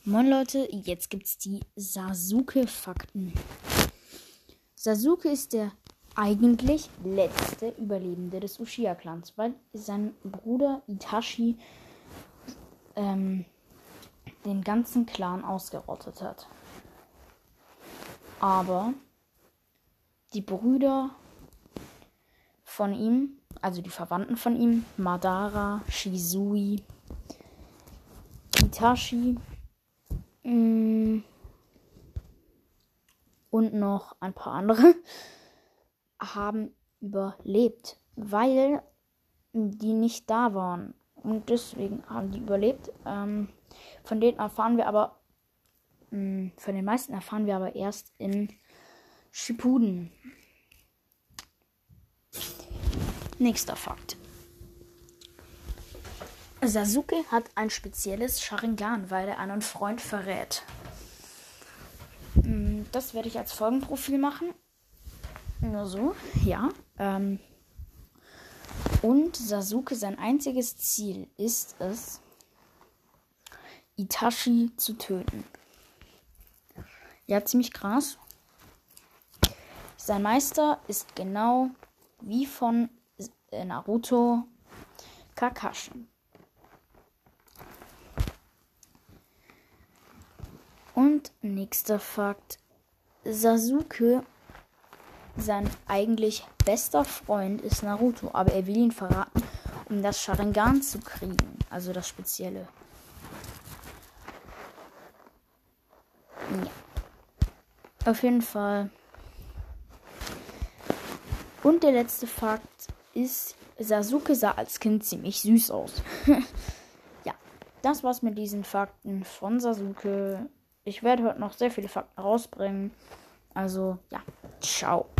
Moin Leute, jetzt gibt's die Sasuke-Fakten. Sasuke ist der eigentlich letzte Überlebende des Uchiha-Clans, weil sein Bruder Itachi den ganzen Clan ausgerottet hat. Aber die Brüder von ihm, also die Verwandten von ihm, Madara, Shisui, Itachi und noch ein paar andere haben überlebt, weil die nicht da waren. Und deswegen haben die überlebt. Von den meisten erfahren wir aber erst in Shippuden. Nächster Fakt. Sasuke hat ein spezielles Sharingan, weil er einen Freund verrät. Das werde ich als Folgenprofil machen. Nur so, ja. Und Sasuke, sein einziges Ziel ist es, Itachi zu töten. Ja, ziemlich krass. Sein Meister ist genau wie von Naruto Kakashi. Und nächster Fakt. Sasuke, sein eigentlich bester Freund ist Naruto, aber er will ihn verraten, um das Sharingan zu kriegen, also das Spezielle. Ja. Auf jeden Fall. Und der letzte Fakt ist, Sasuke sah als Kind ziemlich süß aus. Ja, das war's mit diesen Fakten von Sasuke. Ich werde heute noch sehr viele Fakten rausbringen. Also, ja, ciao.